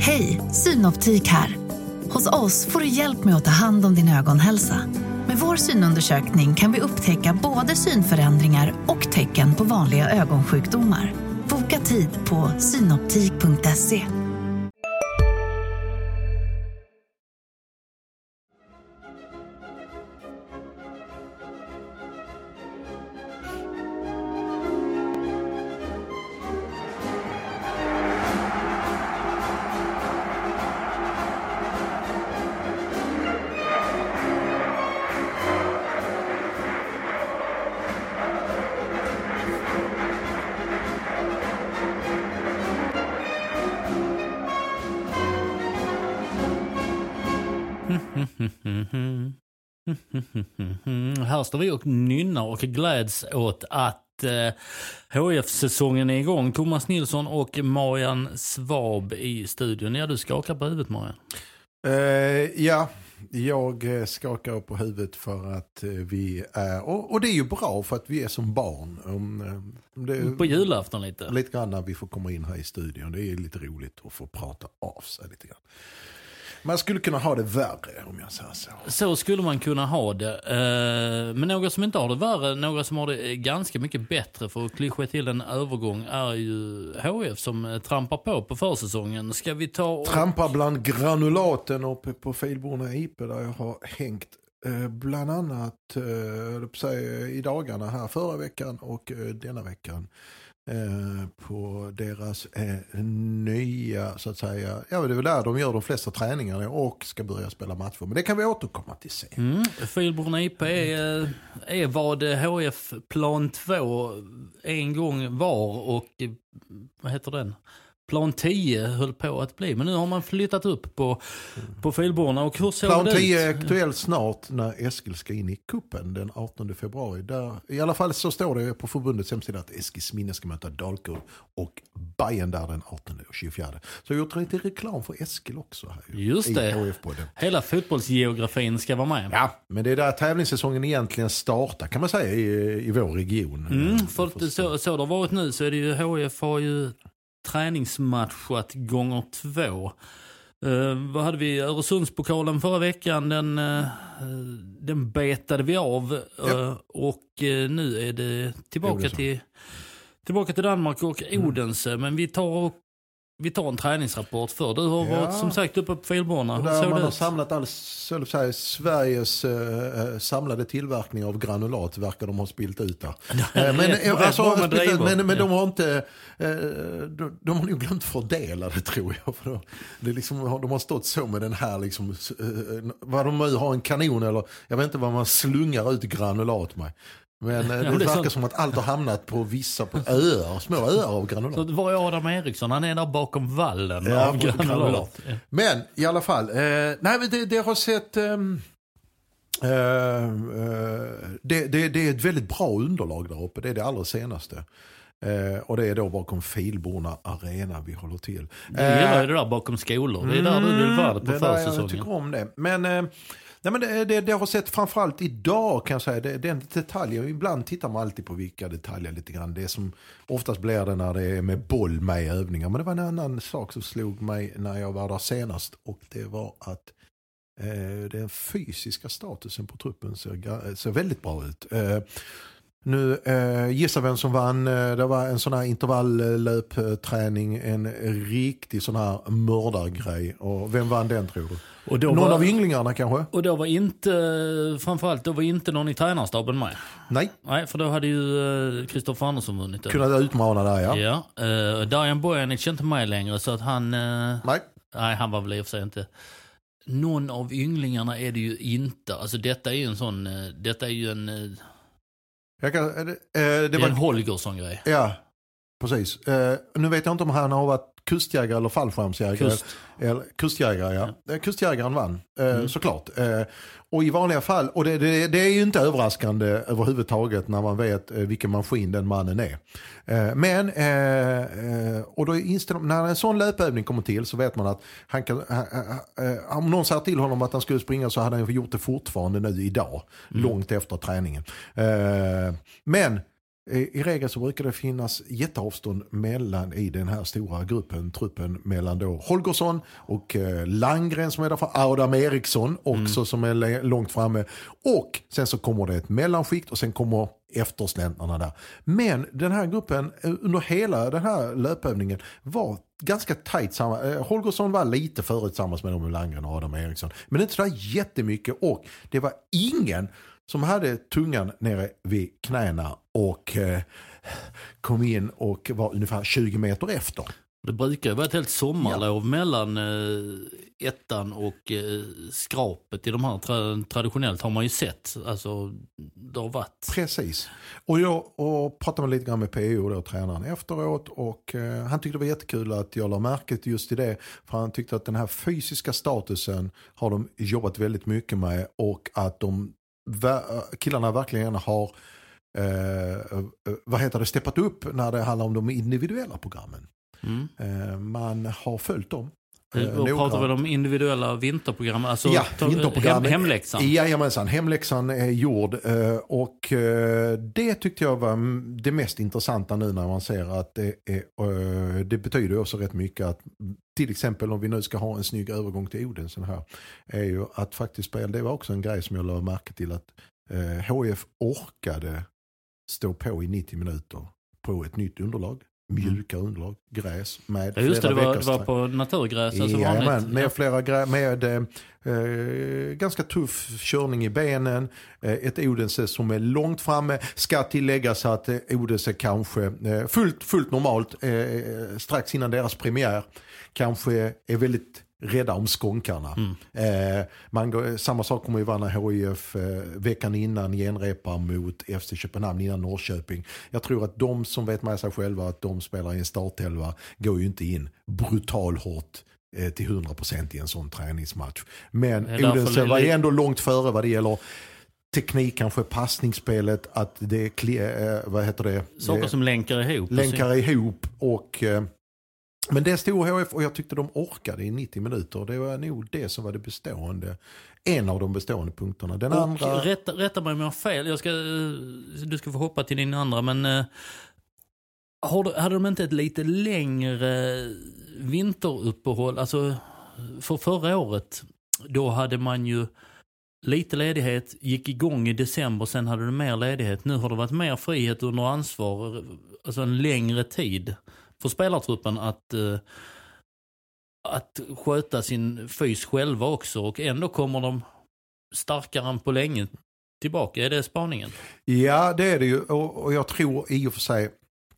Hej, Synoptik här. Hos oss får du hjälp med att ta hand om din ögonhälsa. Med vår synundersökning kan vi upptäcka både synförändringar och tecken på vanliga ögonsjukdomar. Boka tid på synoptik.se. Här står vi och nynnar och gläds åt att HF-säsongen är igång. Thomas Nilsson och Marian Svab i studion. Ja, du skakar på huvudet, Marian. Ja, jag skakar på huvudet för att vi är, och det är ju bra för att vi är som barn. På julafton lite. Lite grann när vi får komma in här i studion. Det är lite roligt att få prata av sig lite grann. Man skulle kunna ha det värre, om jag säger så. Så skulle man kunna ha det. Men några som inte har det värre, några som har det ganska mycket bättre, för att klyscha till en övergång, är ju HF som trampar på försäsongen. Ska vi ta och... Trampar bland granulaten uppe på Filborna IP, där jag har hängt bland annat i dagarna här förra veckan och denna veckan. På deras nya, så att säga, ja, det är väl där de gör de flesta träningarna och ska börja spela matcher, men det kan vi återkomma till sen. Filborna IP är vad HF plan 2 en gång var, och vad heter den? Plan 10 höll på att bli, men nu har man flyttat upp på Filborna. Och hur plan 10 är aktuell snart när Eskil ska in i kuppen den 18 februari. Där, i alla fall så står det på förbundets hemsida att Eskils minne ska möta Dalkurd och Bayern där den 18 och 24. Så jag har gjort lite reklam för Eskil också här. Just det, hela fotbollsgeografin ska vara med. Ja, men det är där tävlingssäsongen egentligen startar, kan man säga, i vår region. För så det har varit nu, så är det ju, HF har ju träningsmatchat gånger 2. Vad hade vi? Öresundspokalen förra veckan, den betade vi av. Och nu är det tillbaka till Danmark och Odense. Men vi tar en träningsrapport för. Du har varit som sagt uppe på Filborna. Där man har samlat Sveriges samlade tillverkning av granulat, verkar de ha spilt ut där. Men de har inte de har nog glömt fördela det, tror jag. För det liksom, de har stått så med den här liksom, vad de nu har, en kanon eller jag vet inte vad man slungar ut granulat med. Men det verkar som att allt har hamnat på öar, små öar av granulat. Så det var ju Adam Eriksson, han är där bakom vallen av granulat. Ja. Men i alla fall, det har sett... det är ett väldigt bra underlag där uppe, det är det allra senaste. Och det är då bakom Filborna Arena vi håller till. Det gillar ju det där bakom skolor, det är där du vill vara på försäsongen. Jag tycker om det, men... det har sett framförallt idag, kan jag säga, det är en detalj. Ibland tittar man alltid på vilka detaljer lite grann. Det som oftast blir det när det är med boll med i övningar. Men det var en annan sak som slog mig när jag var där senast. Och det var att den fysiska statusen på truppen ser väldigt bra ut. Nu gissa vem som vann. Det var en sån här intervalllöpträning, en riktig sån här mördargrej. Och vem vann den, tror du? Och någon av ynglingarna kanske? Och då var inte, framförallt då var inte någon i tränarstaben med. Nej, för då hade ju Kristoffer Andersson vunnit. Kunnat utmana där, ja. Ja, Darijan Bojanic är inte med längre, så att han... Nej, han var väl i och för sig inte... Någon av ynglingarna är det ju inte. Alltså detta är ju en sån... Detta är ju en... det var en Holgersson-grej. Ja, precis. Nu vet jag inte om han har varit kustjägare eller fallskärmsjägare. Kustjägare, ja. Kustjägaren vann, såklart. Och i vanliga fall, och det är ju inte överraskande överhuvudtaget när man vet vilken maskin den mannen är. Och då när en sån löpövning kommer till, så vet man att han kan, om någon säger till honom att han skulle springa, så hade han gjort det fortfarande nu idag, långt efter träningen. Men I regel så brukar det finnas jätteavstånd mellan i den här stora truppen mellan då Holgersson och Landgren som är där för Adam Eriksson också som är långt framme. Och sen så kommer det ett mellanskikt och sen kommer eftersläntarna där. Men den här gruppen under hela den här löpövningen var ganska tajt samma. Holgersson var lite före tillsammans med dem med Landgren och Adam Eriksson. Men inte så där jättemycket och det var ingen som hade tungan nere vid knäna och kom in och var ungefär 20 meter efter. Det brukar ju vara ett helt sommarlov mellan ettan och skrapet i de här traditionellt har man ju sett. Alltså, det har varit. Precis. Och jag pratade lite grann med PO då, tränaren efteråt och han tyckte det var jättekul att jag la märket just i det. För han tyckte att den här fysiska statusen har de jobbat väldigt mycket med och att killarna verkligen har steppat upp när det handlar om de individuella programmen. Man har följt dem. Och pratar vi om individuella vinterprogram? Alltså vinterprogrammen. Hemläxan? Jajamensan, hemläxan är gjord och det tyckte jag var det mest intressanta nu när man ser att det betyder också rätt mycket att till exempel om vi nu ska ha en snygg övergång till Odensen här är ju att faktiskt spela, det var också en grej som jag lade märke till att HF orkade stå på i 90 minuter på ett nytt underlag. Mjuka underlag, gräs med flera veckors... det var på naturgräs alltså med flera ganska tuff körning i benen, ett Odense som är långt framme, ska tilläggas att Odense kanske fullt normalt strax innan deras premiär kanske är väldigt rädda om skånkarna. Samma sak kommer ju vara när HIF veckan innan genrepar mot FC Köpenhamn innan Norrköping. Jag tror att de som vet med sig själva att de spelar i en startelva går ju inte in brutal hårt till 100% i en sån träningsmatch. Men Odense var ju ändå långt före vad det gäller teknik, kanske passningsspelet, att det saker som länkar ihop och men det stod HF och jag tyckte de orkade i 90 minuter. Det var nog det som var det bestående. En av de bestående punkterna. Den andra... Rätta mig om jag har fel. Du ska få hoppa till din andra. Men hade de inte ett lite längre vinteruppehåll? Alltså för förra året då hade man ju lite ledighet. Gick igång i december. Sen hade du mer ledighet. Nu har det varit mer frihet under ansvar. Alltså en längre tid för spelartruppen att sköta sin fys själva också och ändå kommer de starkare än på länge tillbaka. Är det spaningen? Ja, det är det ju och jag tror i och för sig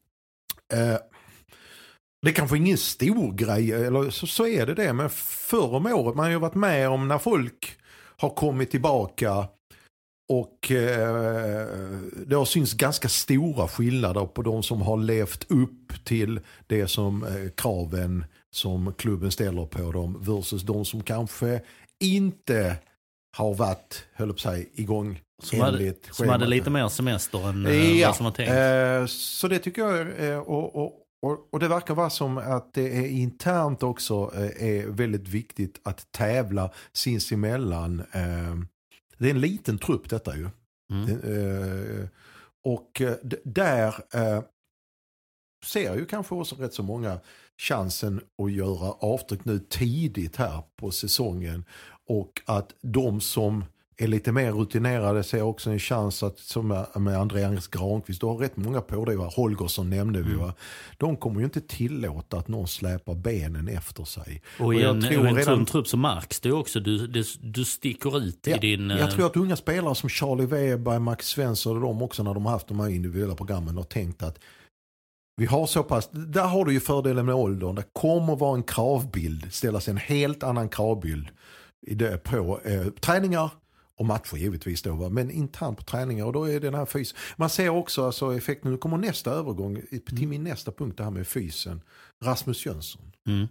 det är kanske ingen stor grej eller så är det men förr om året man har ju varit med om när folk har kommit tillbaka och det har syns ganska stora skillnader på de som har levt upp till det som kraven som klubben ställer på dem versus de som kanske inte har varit, igång. Som hade lite mer semester än vad som var tänkt. Så det tycker jag och det verkar vara som att det är internt också är väldigt viktigt att tävla sinsemellan. Det är en liten trupp detta ju. Och där ser jag ju kanske också rätt så många chansen att göra avtryck nu tidigt här på säsongen. Och att de som är lite mer rutinerade ser också en chans att, som med Andreas Granqvist, du har rätt många på det, Holgersson nämnde vi va. De kommer ju inte tillåta att någon släpar benen efter sig. Och i en sån trupp som Marx, det är också du sticker ut i din... Jag tror att unga spelare som Charlie Weber, Max Svensson och de också när de har haft de här individuella programmen har tänkt att vi har så pass, där har du ju fördelen med åldern, det kommer vara en kravbild, ställas en helt annan kravbild på träningar och matcher givetvis då, men internt på träningar och då är den här fysen. Man ser också alltså effekten, nu kommer nästa övergång till min nästa punkt, det här med fysen. Rasmus Jönsson.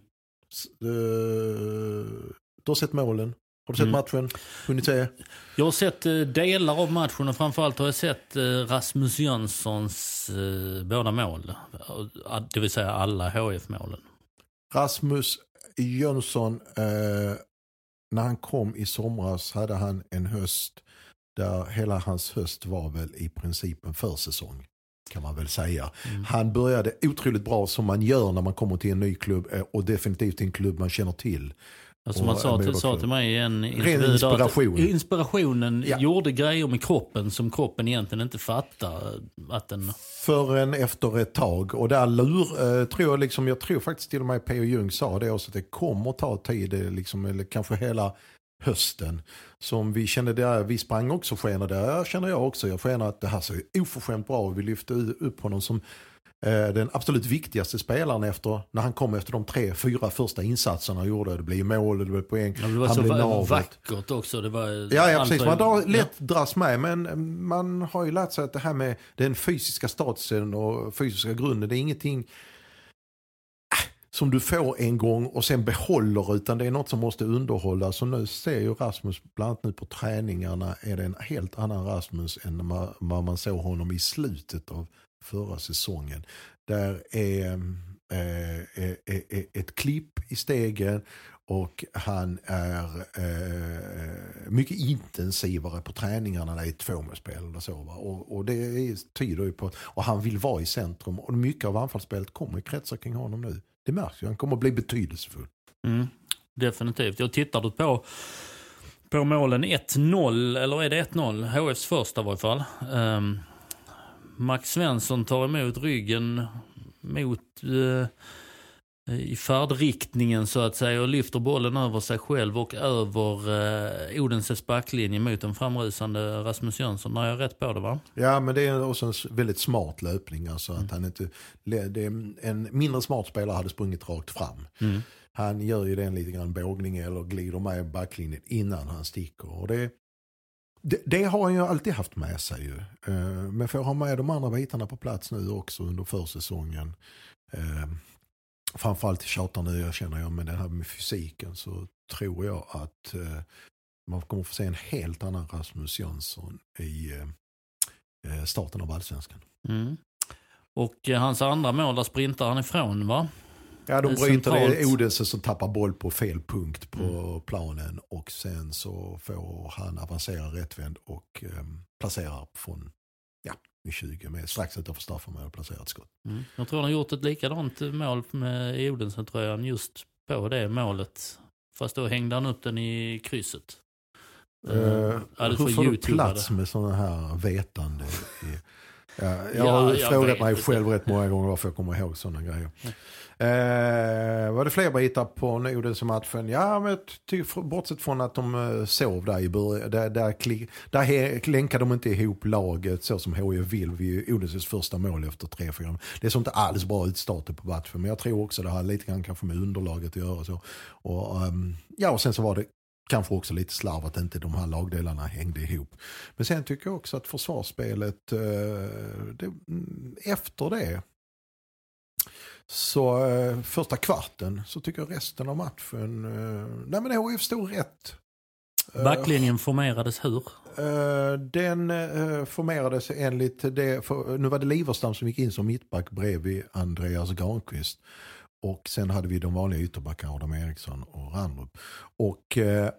Du har sett målen. Har du sett matchen? Hunnit se? Jag har sett delar av matchen och framförallt har jag sett Rasmus Jönssons båda mål. Det vill säga alla HF-målen. Rasmus Jönsson, när han kom i somras hade han en höst där hela hans höst var väl i princip en försäsong. kan man väl säga. Han började otroligt bra som man gör när man kommer till en ny klubb och definitivt till en klubb man känner till. Som man sa till mig i en intervju, inspirationen gjorde grejer med kroppen som kroppen egentligen inte fattar att den... Förrän efter ett tag. Och där jag tror faktiskt till och med P.O. Jung sa det också, att det kommer ta tid liksom, eller kanske hela hösten. Som vi kände där, vi sprang också skenar där, känner jag också. Jag skenar att det här så oförskämt bra och vi lyfte upp honom som den absolut viktigaste spelaren när han kom efter de 3-4 första insatserna gjorde. Det blev mål, det blev poäng. Ja, det var så vackert också. Det var precis. Man lätt dras med, men man har ju lärt sig att det här med den fysiska statusen och fysiska grunden, det är ingenting som du får en gång och sen behåller, utan det är något som måste underhållas. Så nu ser ju Rasmus, bland annat nu på träningarna, är det en helt annan Rasmus än vad man såg honom i slutet av förra säsongen. Där är ett klipp i stegen och han är mycket intensivare på träningarna när det är tvåmålsspel eller så. Va? Och det tyder ju på, och han vill vara i centrum, och mycket av anfallsspelet kommer i kretsar kring honom nu. Det märks ju, han kommer att bli betydelsefull. Definitivt. Jag tittar på målen 1-0, eller är det 1-0? HFs första i varje fall. Max Svensson tar emot ryggen mot i färdriktningen så att säga och lyfter bollen över sig själv och över Odenses backlinje mot en framrusande Rasmus Jönsson. När jag är rätt på det, va? Ja, men det är också en väldigt smart löpning. Alltså att han inte, en mindre smart spelare hade sprungit rakt fram. Han gör ju den lite grann bågning eller glider med backlinjen innan han sticker. Och det har han ju alltid haft med sig ju. Men för att ha med de andra bitarna på plats nu också under försäsongen. Framförallt i tjatar nu, jag känner med det här med fysiken, så tror jag att man kommer få se en helt annan Rasmus Jönsson i starten av Allsvenskan. Och hans andra mål, där sprintar han ifrån, va? Ja, de bryter det. Odense som tappar boll på fel punkt på planen, och sen så får han avancera rättvänd och placera från i 20 med strax utanför straffområdet och placera ett skott. Jag tror han har gjort ett likadant mål med Odense, tror jag, just på det målet. Fast då hängde han upp den i krysset. Hur får du plats med sådana här vetande? Jag har frågat mig själv rätt många gånger varför jag kommer ihåg sådana grejer. Var det fler bitar på Odense-matchen? Ja, men bortsett från att de sov där i början. Där länkade de inte ihop laget så som HIF vill vid Odenses första mål efter 3-4. Det såg inte alls bra ut starten på matchen, men jag tror också det har lite grann kanske med underlaget att göra. Så. Och sen så var det kanske också lite slarv att inte de här lagdelarna hängde ihop. Men sen tycker jag också att försvarsspelet efter det, så första kvarten, så tycker jag resten av matchen nej, men HIF stod rätt. Backlinjen formerades hur? Den formerades enligt det, nu var det Liverstam som gick in som mittback bredvid Andreas Granqvist. Och sen hade vi de vanliga ytterbackarna, Adam Eriksson och Randrup. Och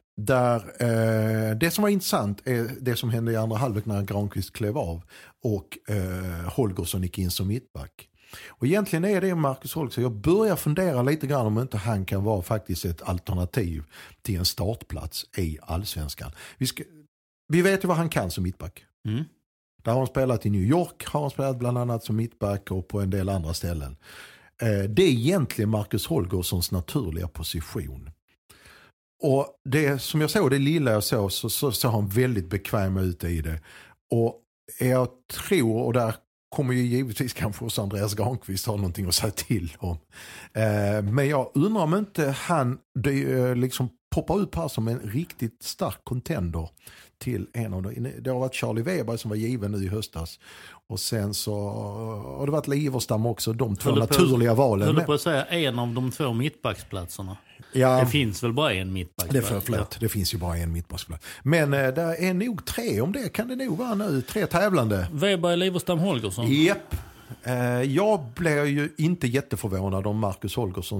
det som var intressant är det som hände i andra halvlek när Granqvist klev av och Holgersson gick in som mittback. Och egentligen är det Marcus Holgersson. Jag börjar fundera lite grann om inte han kan vara faktiskt ett alternativ till en startplats i Allsvenskan. Vi vet ju vad han kan som mittback. Där har han spelat i New York, har han spelat bland annat som mittback och på en del andra ställen. Det är egentligen Marcus Holgerssons naturliga position. Och det som jag såg, det lilla jag såg, så har han väldigt bekväm ut i det. Och jag tror, och där kommer ju givetvis kanske också Andreas Granqvist ha någonting att säga till om. Men jag undrar om inte han liksom poppar upp här som en riktigt stark contender till en av dem. Det har varit Charlie Weber som var given nu i höstas. Och sen så har det varit Liverstam också, de två naturliga valen. Jag höll på att säga en av de två mittbacksplatserna. Ja, det finns väl bara en mittbacksplats? Det finns ju bara en mittbacksplats. Men det är nog 3 om det. Kan det nog vara nu 3 tävlande. Weber, Liverstam, Holgersson? Japp. Jag blev ju inte jätteförvånad om Marcus Holgerssons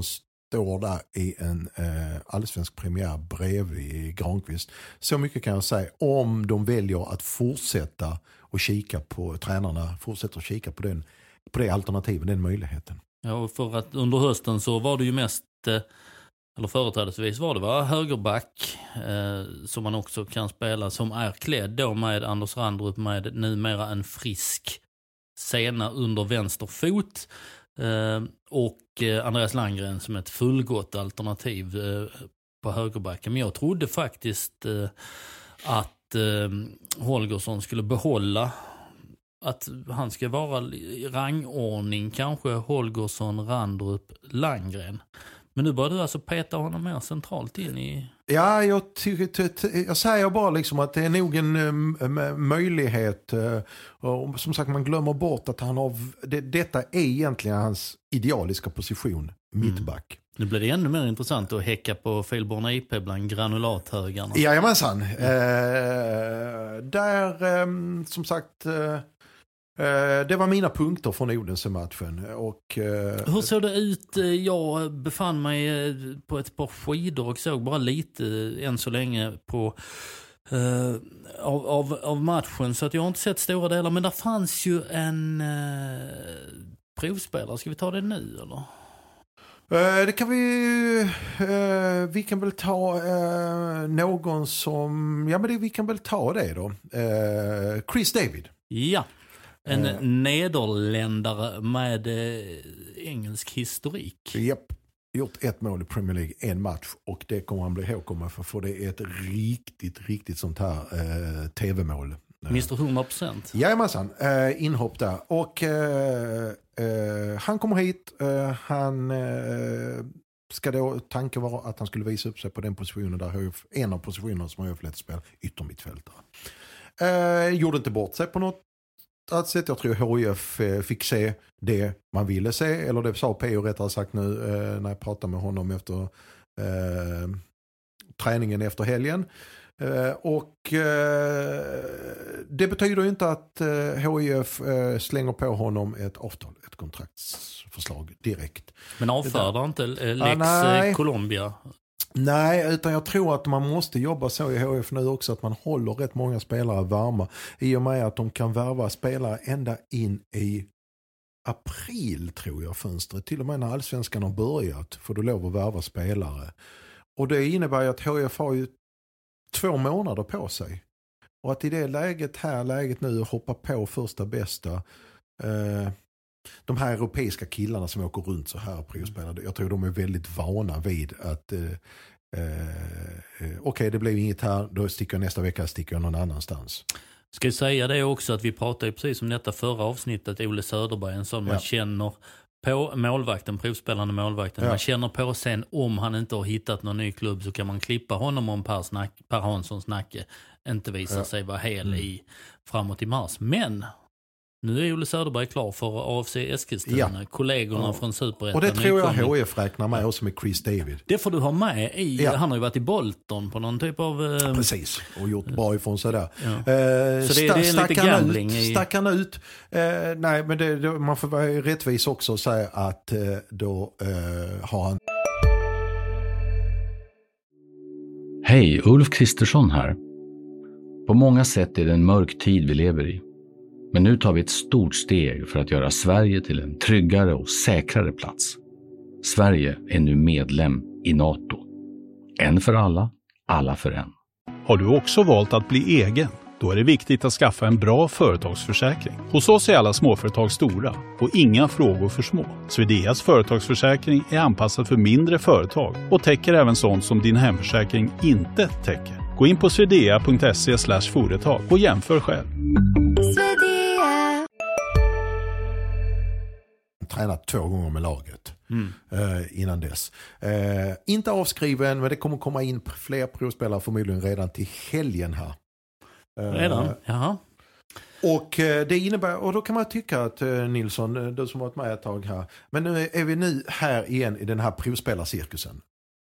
står där i en allsvensk premiär bredvid Granqvist. Så mycket kan jag säga, om de väljer att fortsätta och kika på tränarna, fortsätter att kika på det alternativet, den möjligheten. Ja, för att under hösten så var det ju mest, eller företrädesvis var det högerback som man också kan spela, som är klädd då med Anders Randrup med numera en frisk sena under vänster fot. Och Andreas Landgren som ett fullgott alternativ på högerbacken. Men jag trodde faktiskt att Holgersson skulle behålla, att han ska vara i rangordning, kanske Holgersson, Randrup, Landgren. Men nu börjar du alltså peta honom mer centralt in i... Ja, jag säger bara liksom att det är nog en möjlighet. Och som sagt, man glömmer bort att han har... Detta är egentligen hans idealiska position, mittback. Nu blir det ännu mer intressant att häcka på Filborna IP bland granulathögarna. Jajamensan. Där, som sagt... det var mina punkter från Odense-matchen. Hur såg det ut? Jag befann mig på ett par skidor och såg bara lite än så länge på av matchen, så att jag har inte sett stora delar. Men där fanns ju en provspelare. Ska vi ta det nu eller? Det kan vi kan väl ta någon som... Ja, men vi kan väl ta det då. Chris David. Ja. En nederländare med engelsk historik. Japp, gjort 1 mål i Premier League, 1 match. Och det kommer han bli ihågkommen för det är ett riktigt sånt här tv-mål. Mr. 100%. Jajamensan, inhopp där. Och han kommer hit, han ska då tanken vara att han skulle visa upp sig på den positionen där en av positionerna som har lätt spel, yttermittfältare. Gjorde inte bort sig på något sätt. Jag tror HIF fick se det man ville se, eller det sa P.O. rättare sagt nu när jag pratade med honom efter träningen efter helgen. Och det betyder ju inte att HIF slänger på honom ett avtal, ett kontraktsförslag direkt. Men avfärdar inte Lex Colombia? Nej, utan jag tror att man måste jobba så i HIF nu också, att man håller rätt många spelare varma, i och med att de kan värva spelare ända in i april, tror jag, fönstret. Till och med när allsvenskan har börjat får du lov att värva spelare. Och det innebär ju att HIF har ju 2 månader på sig. Och att i det läget nu hoppa på första bästa, de här europeiska killarna som åker runt så här och provspelar, jag tror de är väldigt vana vid att okej, det blev inget här, då sticker jag nästa vecka, sticker jag någon annanstans. Ska jag säga det också, att vi pratade ju precis om detta förra avsnittet, Ole Söderberg, en sån man känner på målvakten, provspelande målvakten. Man känner på sen, om han inte har hittat någon ny klubb så kan man klippa honom om Per Hanssons nacke inte visar sig vara hel framåt i mars. Men nu är Ole Söderberg klar för AFC Eskilstuna, kollegorna från Superettan. Och det tror jag HIF räknar med också med Chris David. Det får du ha med i, han har ju varit i Bolton på någon typ av... Precis, och gjort bra ifrån sig där. Så det är lite gambling stack han ut. Nej, men man får vara rättvis också och säga att då har han... Hej, Ulf Kristersson här. På många sätt är det en mörk tid vi lever i. Men nu tar vi ett stort steg för att göra Sverige till en tryggare och säkrare plats. Sverige är nu medlem i NATO. En för alla, alla för en. Har du också valt att bli egen? Då är det viktigt att skaffa en bra företagsförsäkring. Hos oss är alla småföretag stora och inga frågor för små. Swedeas företagsförsäkring är anpassad för mindre företag och täcker även sånt som din hemförsäkring inte täcker. Gå in på swedea.se/företag och jämför själv. Tränat 2 gånger med laget innan dess. Inte avskriven, men det kommer komma in fler provspelare förmodligen redan till helgen här. Redan? Jaha. Och det innebär, och då kan man tycka att Nilsson, du som varit med ett tag här, men nu är vi nu här igen i den här provspelarcirkusen.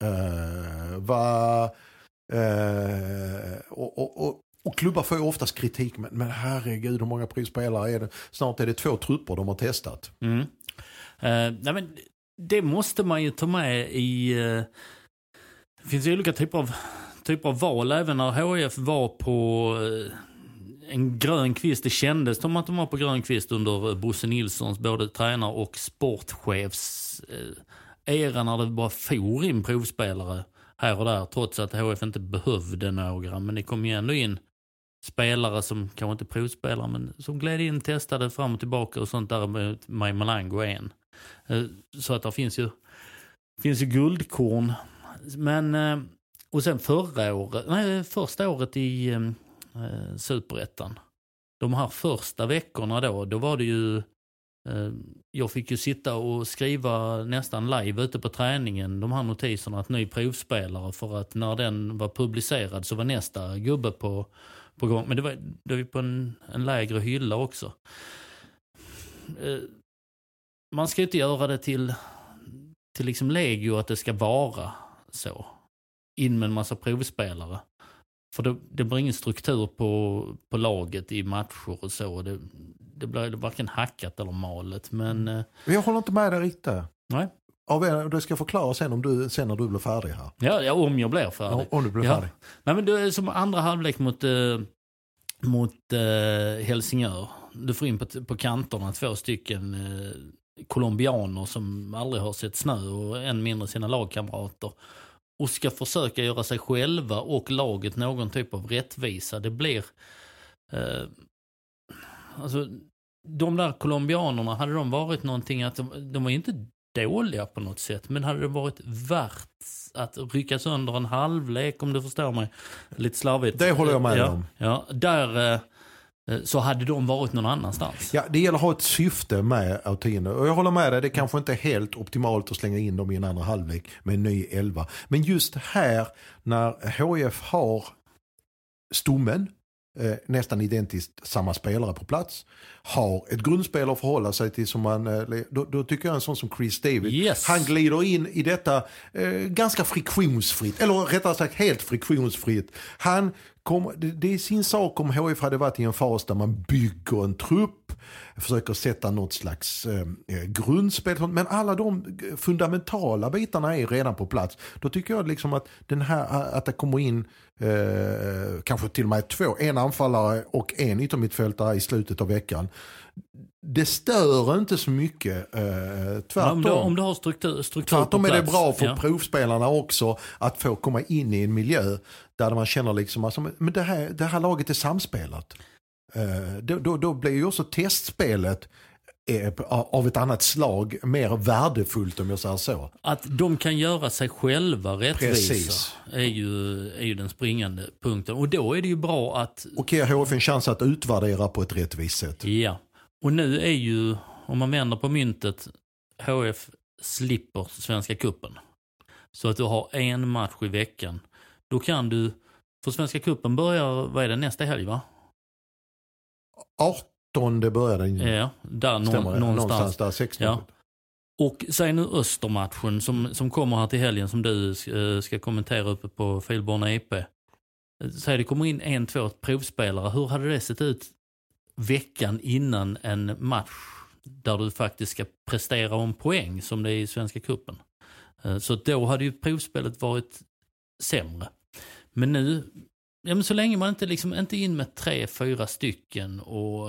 Och klubbar får ju oftast kritik, men herregud, hur många provspelare är det? Snart är det 2 trupper de har testat. Nej, men det måste man ju ta med i... Det finns ju olika typer av val. Även när HIF var på en grön kvist. Det kändes som att de var på grön kvist under Bosse Nilssons både tränare och sportchefs era, när det bara for in provspelare här och där. Trots att HIF inte behövde några. Men det kom ju ändå in spelare som kanske inte provspelare, men som gled in, testade fram och tillbaka och sånt där med Maj Malango en. Så att det finns ju guldkorn. Men och sen första året i Superettan. De här första veckorna då var det ju jag fick ju sitta och skriva nästan live ute på träningen de här notiserna att ny provspelare, för att när den var publicerad så var nästa gubbe på gång. Men det var på en lägre hylla också. Man ska inte göra det till liksom legio att det ska vara så. In med en massa provspelare. För det blir ingen struktur på laget i matcher och så. Det blir varken hackat eller malet. Men jag håller inte med dig riktigt. Nej. Det ska förklara sen när du blir färdig här. Ja, om jag blir färdig. Ja, om du blir färdig. Nej, men det är som andra halvlek mot Helsingör. Du får in på kanterna 2 stycken colombianer som aldrig har sett snö och än mindre sina lagkamrater. Och ska försöka göra sig själva och laget någon typ av rättvisa. Det blir... alltså, de där colombianerna, hade de varit någonting att de var inte dåliga på något sätt, men hade det varit värt att rycka sönder en halvlek, om du förstår mig, lite slarvigt. Det håller jag med om. Ja, där så hade de varit någon annanstans. Ja, det gäller att ha ett syfte med att ta in. Och jag håller med dig, det kanske inte är helt optimalt att slänga in dem i en andra halvlek med en ny 11. Men just här, när HIF har stommen, nästan identiskt samma spelare på plats, har ett grundspel att förhålla sig till, som då tycker jag en sån som Chris David, yes. Han glider in i detta ganska friktionsfritt, eller rättare sagt helt friktionsfritt. Det är sin sak om HIF hade varit i en fas där man bygger en trupp, försöker sätta något slags grundspel, men alla de fundamentala bitarna är redan på plats. Då tycker jag liksom att att det kommer in kanske till och med 2, en anfallare och en yttermittfältare i slutet av veckan. Det stör inte så mycket, tvärtom. Om du har struktur tvärtom på är det plats. bra för provspelarna också att få komma in i en miljö där man känner liksom, alltså, men det här laget är samspelat. Då blir ju också testspelet av ett annat slag mer värdefullt, om jag säger så. Att de kan göra sig själva rättvisa. Precis. är ju den springande punkten. Och då är det ju bra att... Och ge HIF en chans att utvärdera på ett rättvist sätt. Ja. Och nu är ju, om man vänder på myntet, HIF slipper Svenska cupen. Så att du har en match i veckan. Då kan du, för Svenska cupen börjar, vad är det, nästa helg, va? 18 börjar den. Ja, där någonstans där, 16. Ja. Och säg nu Östermatchen som kommer här till helgen, som du ska kommentera uppe på Filborna IP. Säg det kommer in 1-2 provspelare. Hur hade det sett ut veckan innan en match där du faktiskt ska prestera om poäng som det är i Svenska cupen? Så då hade ju provspelet varit sämre. Men nu, ja, men så länge man inte in med 3-4 stycken och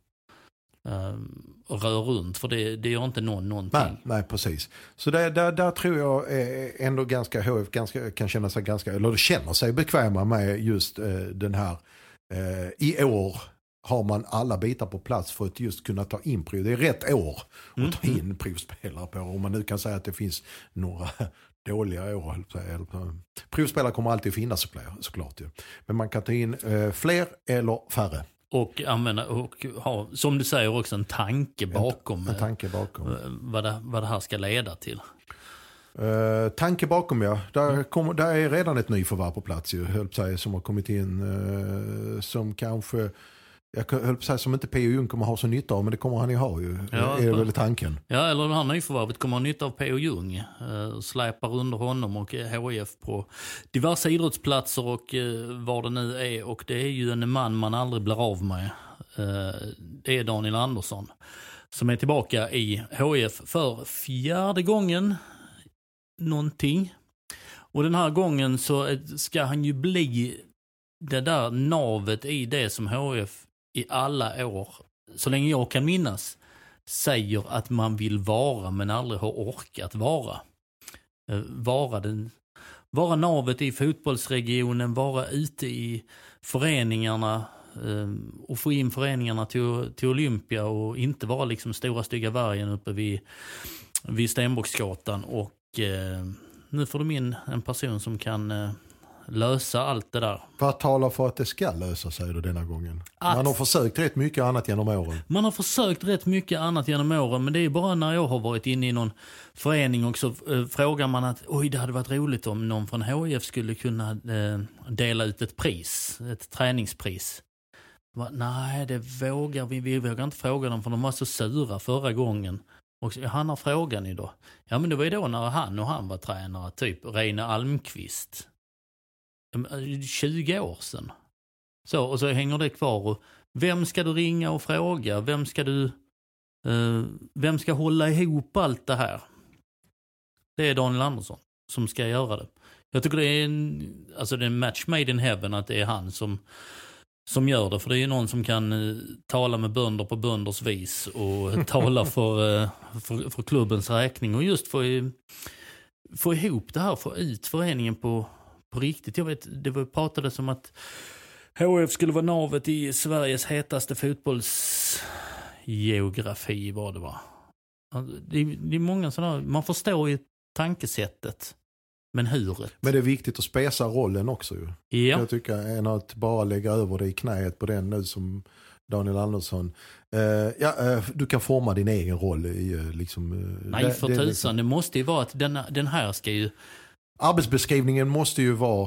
rör runt, för det gör inte någonting. Nej, precis. Så där tror jag ändå HIF kan känna sig eller känner sig bekväma med just den här. I år har man alla bitar på plats för att just kunna ta in prov. Det är rätt år att ta in provspelare på. Om man nu kan säga att det finns några dåliga år. Provspelare kommer alltid finnas såklart. Men man kan ta in fler eller färre. Och använda och ha, som du säger, också en tanke bakom. En tanke bakom. Vad det här ska leda till. Tanke bakom, ja. Där är redan ett nyförvärv på plats ju, som har kommit in som kanske... Jag höll på att säga som inte P.O. Jung kommer ha så nytta av, men det kommer han ju ha ju. Ja, är det väl tanken? Ja, eller det här nyförvärvet kommer ha nytta av P.O. Jung. Släpar under honom och HIF på diverse idrottsplatser och var det nu är. Och det är ju en man aldrig blir av med. Det är Daniel Andersson. som är tillbaka i HIF för 4:e gången någonting. Och den här gången så ska han ju bli det där navet i det som HIF i alla år, så länge jag kan minnas, säger att man vill vara men aldrig har orkat vara. Vara navet i fotbollsregionen, vara ute i föreningarna och få in föreningarna till Olympia och inte vara liksom stora stygga vargen uppe vid Stenbocksgatan. Och nu får de in en person som kan lösa allt det där. Vad talar för att det ska lösa sig då denna gången? Man har försökt rätt mycket annat genom åren. Man har försökt rätt mycket annat genom åren, men det är bara när jag har varit inne i någon förening och så frågar man att det hade varit roligt om någon från HIF skulle kunna dela ut ett pris, ett träningspris. Nej, det vågar vi vågar inte fråga dem för de var så sura förra gången. Och han har frågan idag. Ja, men det var ju då när han var tränare, typ Reine Almqvist. 20 år sedan. Så, och så hänger det kvar. Och vem ska du ringa och fråga? Vem ska hålla ihop allt det här? Det är Daniel Andersson som ska göra det. Jag tycker det är en match made in heaven att det är han som gör det. För det är ju någon som kan tala med bönder på bönders vis och tala för klubbens räkning och just få ihop det här, få ut föreningen på riktigt. Jag vet, det pratades om att HIF skulle vara navet i Sveriges hetaste fotbollsgeografi, vad det var. Det är många sådana, man förstår ju tankesättet, men huret. Men det är viktigt att spesa rollen också ju. Ja. Jag tycker än att bara lägga över det i knät på den nu som Daniel Andersson. Du kan forma din egen roll i liksom... Nej, för tusan, liksom, det måste ju vara att den här ska ju... Arbetsbeskrivningen måste ju vara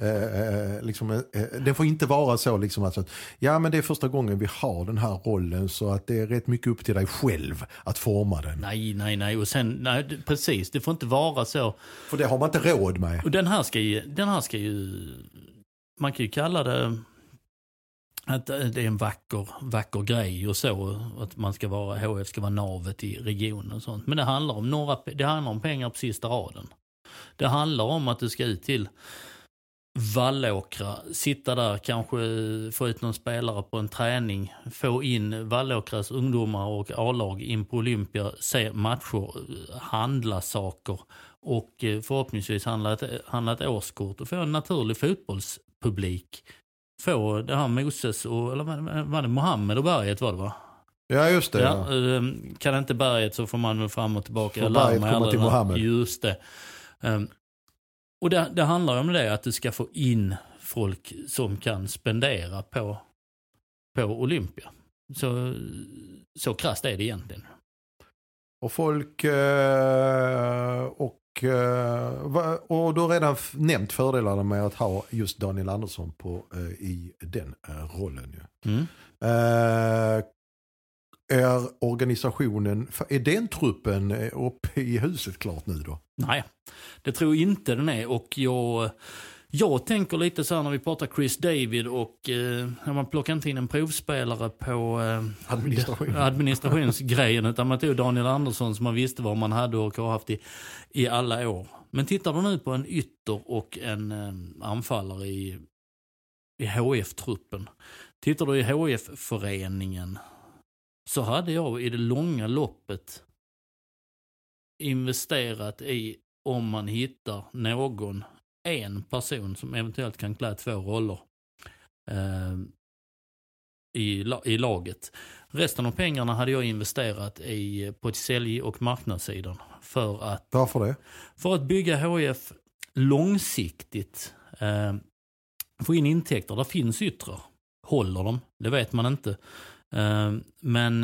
det får inte vara så liksom att men det är första gången vi har den här rollen så att det är rätt mycket upp till dig själv att forma den. Nej och sen precis, det får inte vara så. För det har man inte råd med. Och den här ska ju man kan ju kalla det att det är en vacker grej och så att man ska vara HF ska vara navet i regionen och sånt. Men det handlar om pengar på sista raden. Det handlar om att du ska ut till Vallåkra, sitta där, kanske få ut någon spelare på en träning, få in Vallåkras ungdomar och A-lag in på Olympia, se matcher, handla saker och förhoppningsvis handla ett årskort och få en naturlig fotbollspublik. Få det här Moses och eller var det Mohammed och Berget var det va? Ja just det. Ja. Kan inte Berget så får man väl fram och tillbaka. Får Berget komma till Mohammed. Just det. Och det handlar om det att du ska få in folk som kan spendera på Olympia. Så krasst är det egentligen. Och folk och du har redan nämnt fördelarna med att ha just Daniel Andersson i den rollen ju. Är organisationen, är den truppen uppe i huset klart nu då? Nej, det tror jag inte den är. Och jag tänker lite så här när vi pratar Chris David och när man plockar inte in en provspelare på administrationsgrejen utan man tog Daniel Andersson som man visste vad man hade och har haft i alla år. Men tittar du nu på en ytter och en anfallare i HF-truppen. Tittar du i HF-föreningen så hade jag i det långa loppet investerat i om man hittar en person som eventuellt kan klä 2 roller i laget. Resten av pengarna hade jag investerat på ett sälj- och marknadssidan. Varför det? För att bygga HF långsiktigt. Få in intäkter. Där finns yttrar. Håller de? Det vet man inte. Men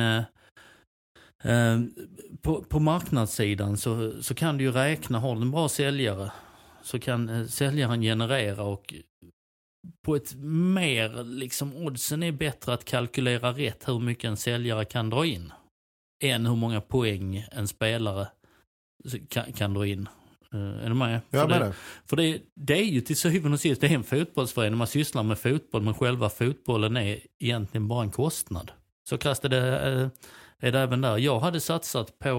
på marknadssidan så kan du ju räkna, har du en bra säljare så kan säljaren generera och på ett mer liksom oddsen är bättre att kalkylera rätt hur mycket en säljare kan dra in än hur många poäng en spelare kan dra in. Är du med? För det är ju till syvende och sist, det är en fotbollsförening, man sysslar med fotboll men själva fotbollen är egentligen bara en kostnad. Så krasst är är det även där. Jag hade satsat på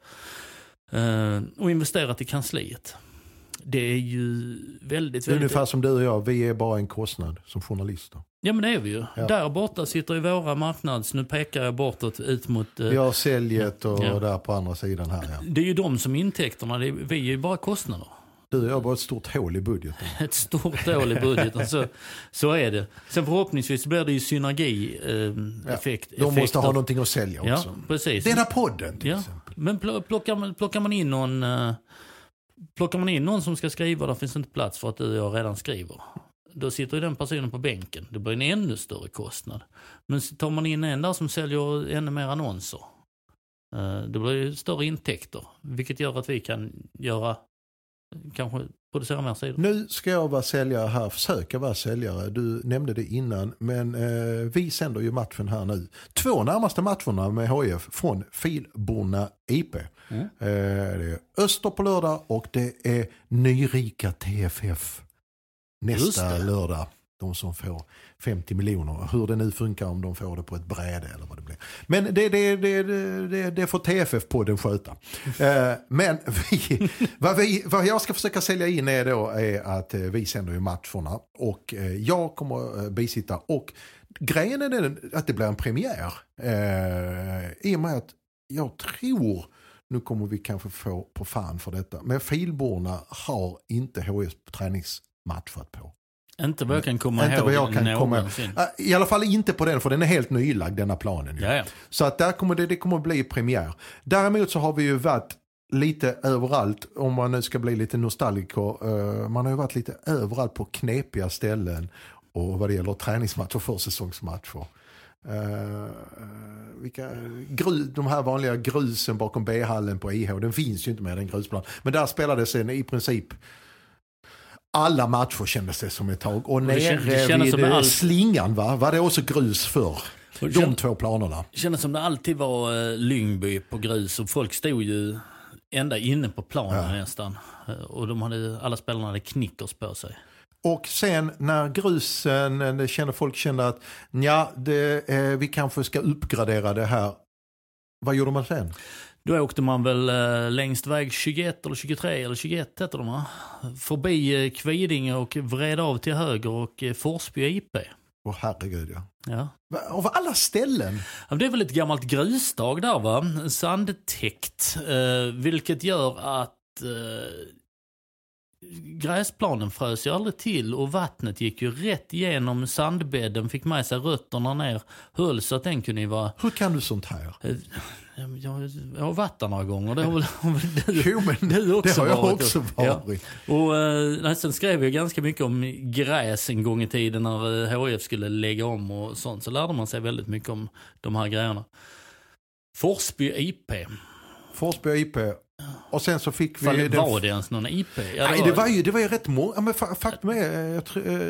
och investerat i kansliet. Det är ju väldigt... Det är ungefär som du och jag, vi är bara en kostnad som journalister. Ja, men det är vi ju. Ja. Där borta sitter ju våra marknads. Nu pekar jag bortåt ut mot... Vi har säljet och där på andra sidan här. Ja. Det är ju de som intäkterna, vi är ju bara kostnader. Du och jag har bara ett stort hål i budgeten. Ett stort hål i budgeten, så är det. Sen förhoppningsvis blir det ju synergi-effekt. De måste ha någonting att sälja också. Ja, precis. Den här podden till exempel. Men plockar man in någon som ska skriva, där finns inte plats för att du och jag redan skriver. Då sitter ju den personen på bänken. Det blir en ännu större kostnad. Men tar man in en där som säljer ännu mer annonser, det blir ju större intäkter. Vilket gör att vi kan kanske producera mer sidor. Nu ska jag vara säljare här, försöka vara säljare. Du nämnde det innan, men vi sänder ju matchen här nu. 2 närmaste matcherna med HIF från Filborna IP. Det är Öster på lördag och det är Nyrika TFF nästa lördag. De som får 50 miljoner. Hur det nu funkar, om de får det på ett bräde eller vad det blir. Men det får TFF-podden sköta. Men vad jag ska försöka sälja in är att vi sänder ju matcherna. Och jag kommer bisitta. Och grejen är att det blir en premiär. I och med att jag tror, nu kommer vi kanske få på fan för detta, men Filborna har inte HIF träningsmatchat på. Inte vad jag kan komma ihåg. I alla fall inte på den, för den är helt nylagd, denna planen. Ja. Så att där kommer att bli premiär. Däremot så har vi ju varit lite överallt, om man nu ska bli lite nostalgiker. Man har ju varit lite överallt på knepiga ställen och vad det gäller träningsmatcher och försäsongsmatcher. De här vanliga grusen bakom B-hallen på IH, den finns ju inte med, den grusplan. Men där spelades i princip alla matcher, kändes det som ett tag. Och nere vid slingan var det också grus för de 2 planerna. Det kändes som det alltid var Lyngby på grus, och folk stod ju ända inne på planen nästan. Och alla spelarna hade knickers på sig. Och sen när grusen, folk kände att vi kanske ska uppgradera det här. Vad gjorde man sen? Då åkte man väl längst väg 21 eller 23 eller 21 heter de, va? Förbi Kvidinge och vred av till höger och Forsby IP. Herregud, ja. Av alla ställen? Ja, det är väl ett gammalt grusdag där, va? Sandtäckt. Vilket gör att gräsplanen frös ju aldrig till och vattnet gick ju rätt igenom sandbädden, fick med sig rötterna ner, höll så att den kunde ju vara... Hur kan du sånt här? Jag har varit där några gånger. Det har väl du också det har jag också varit. Ja. Och sen skrev jag ganska mycket om gräs en gång i tiden när HIF skulle lägga om och sånt. Så lärde man sig väldigt mycket om de här grejerna. Forsby IP. Och sen så fick vi... Var det ens någon IP? Nej, det var ju rätt många. Men faktum är,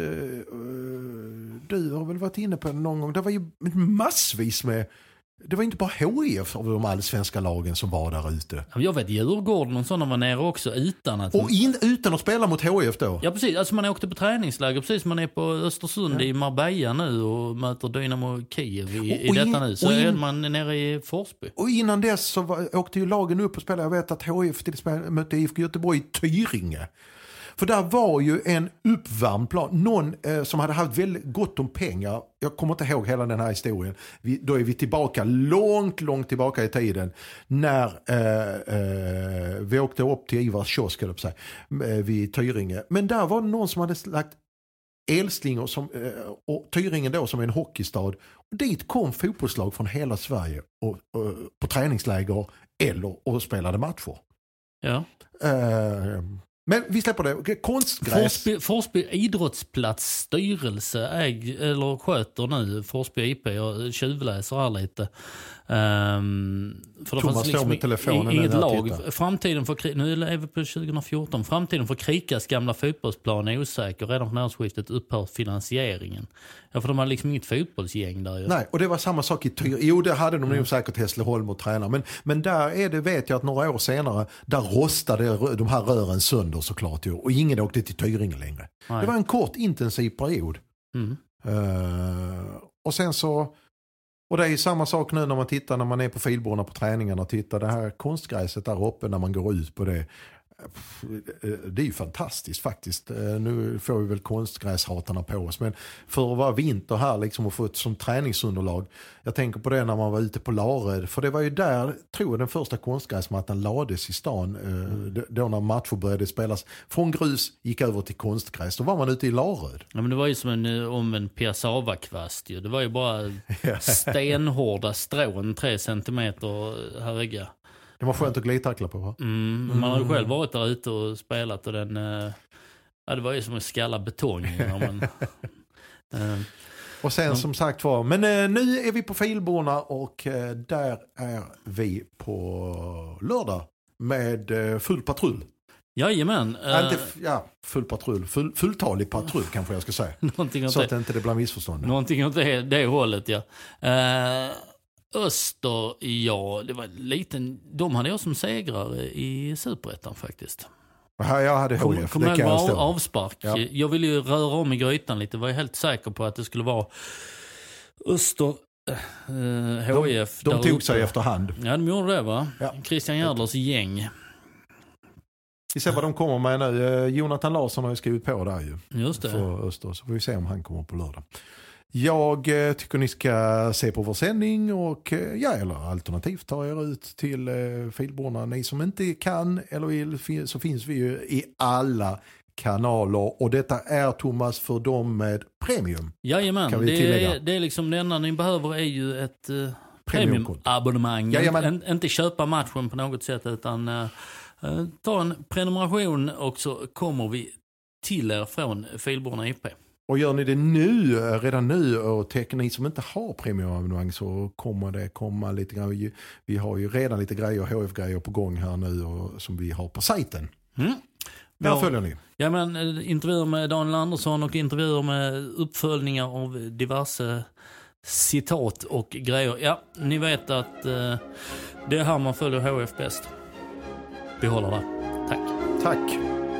du har väl varit inne på det någon gång. Det var ju massvis med... Det var inte bara HIF av de allsvenska lagen som var där ute. Jag vet, Djurgården och sådana var nere också utan att... Utan att spela mot HIF då? Ja, precis. Alltså man åkte på träningsläger, precis. Man är på Östersund i Marbella nu och möter Dynamo Kiev i detta nu. Så är man nere i Forsby. Och innan dess så åkte ju lagen upp och spelade. Jag vet att HIF till exempel mötte IFK Göteborg i Tyringe. För där var ju en uppvärmd plan. Någon som hade haft väldigt gott om pengar. Jag kommer inte ihåg hela den här historien. Då är vi tillbaka, långt tillbaka i tiden. När vi åkte upp till Ivars kiosk vid Tyringe. Men där var det någon som hade lagt elslingor och Tyringen då som är en hockeystad. Och dit kom fotbollslag från hela Sverige och på träningsläger och spelade matcher. Ja. Men vi släpper det. Konstgräs. Forsby idrottsplats styrelse sköter nu Forsby IP. Jag tjuvläser här lite. För det Thomas står med telefonen. Inget lag. Framtiden för, nu är vi på 2014. Framtiden för Krikas gamla fotbollsplan är osäker. Redan från årsskiftet upphör finansieringen. Ja, för de har liksom inget fotbollsgäng där ju. Nej, och det var samma sak i Jo, det hade de nog säkert Hässleholm och träna. Men där vet jag att några år senare, där rostade de här rören sönder såklart ju. Och ingen åkte till Tyringe längre. Nej. Det var en kort intensiv period. Och sen så Och det är ju samma sak nu när man är på Filborna på träningarna och tittar det här konstgräset där uppe när man går ut på det. Det är ju fantastiskt faktiskt. Nu får vi väl konstgräshatarna på oss, men för att vara vinter här liksom och få ett som träningsunderlag. Jag tänker på det när man var ute på Laröd, för det var ju där, tror jag, den första konstgräsmattan lades i stan, då när matcher började spelas från grus gick över till konstgräs. Då var man ute i Laröd. Ja, men det var ju som en piassavakvast ju. Det var ju bara stenhårda strån 3 centimeter höga. Det var skönt att glidtackla på, va? Man har ju själv varit där ute och spelat och den... det var ju som en skalla betong. Och sen som sagt var, men nu är vi på Filborna och där är vi på lördag med full patrull. Jajamän. Full patrull. Fulltalig patrull kanske jag ska säga. Så att det inte blir missförstånd. Någonting åt det hållet, ja. Öster, ja, det var liten. De hade jag som segrare i Superettan faktiskt. Jag hade HF. Kommer det var avspark. Ja. Jag ville ju röra om i grytan lite. Var jag helt säker på att det skulle vara Öster, HF. De tog sig efterhand. Ja, de gjorde det, va? Ja. Christian Järdlers gäng. Vi ser vad de kommer med nu. Jonathan Larsson har ju skrivit på där ju. Just det. För Öster, så får vi se om han kommer på lördag. Jag tycker ni ska se på vår sändning och eller alternativt ta er ut till Filborna. Ni som inte kan eller vill, så finns vi ju i alla kanaler. Och detta är, Thomas, för dem med premium. Jajamän, det är liksom det enda ni behöver är ju ett premiumabonnemang. Inte köpa matchen på något sätt, utan ta en prenumeration och så kommer vi till er från Filborna IP. Och gör ni det redan nu och ni som inte har premiumabonnemang, så kommer det komma lite grann. Vi har ju redan lite grejer, HF-grejer på gång här nu och som vi har på sajten. Där följer ni. Ja, men intervjuer med Daniel Andersson och intervjuer med uppföljningar av diverse citat och grejer. Ja, ni vet att det är här man följer HF bäst. Vi håller där. Tack.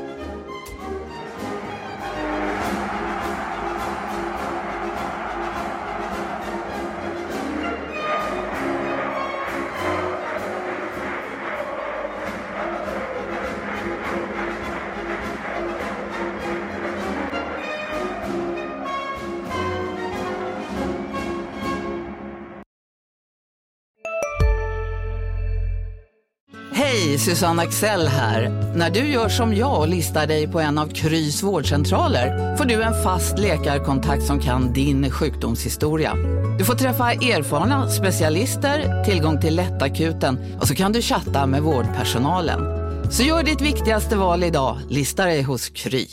Hej, Susanne Axel här. När du gör som jag och listar dig på en av Krys vårdcentraler får du en fast läkarkontakt som kan din sjukdomshistoria. Du får träffa erfarna specialister, tillgång till lättakuten och så kan du chatta med vårdpersonalen. Så gör ditt viktigaste val idag, lista dig hos Kry.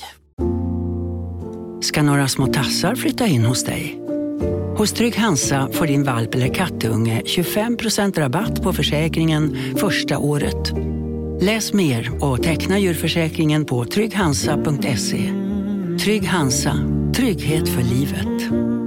Ska några små tassar flytta in hos dig? Hos Trygg Hansa får din valp eller kattunge 25% rabatt på försäkringen första året. Läs mer och teckna djurförsäkringen på trygghansa.se. Trygg Hansa, trygghet för livet.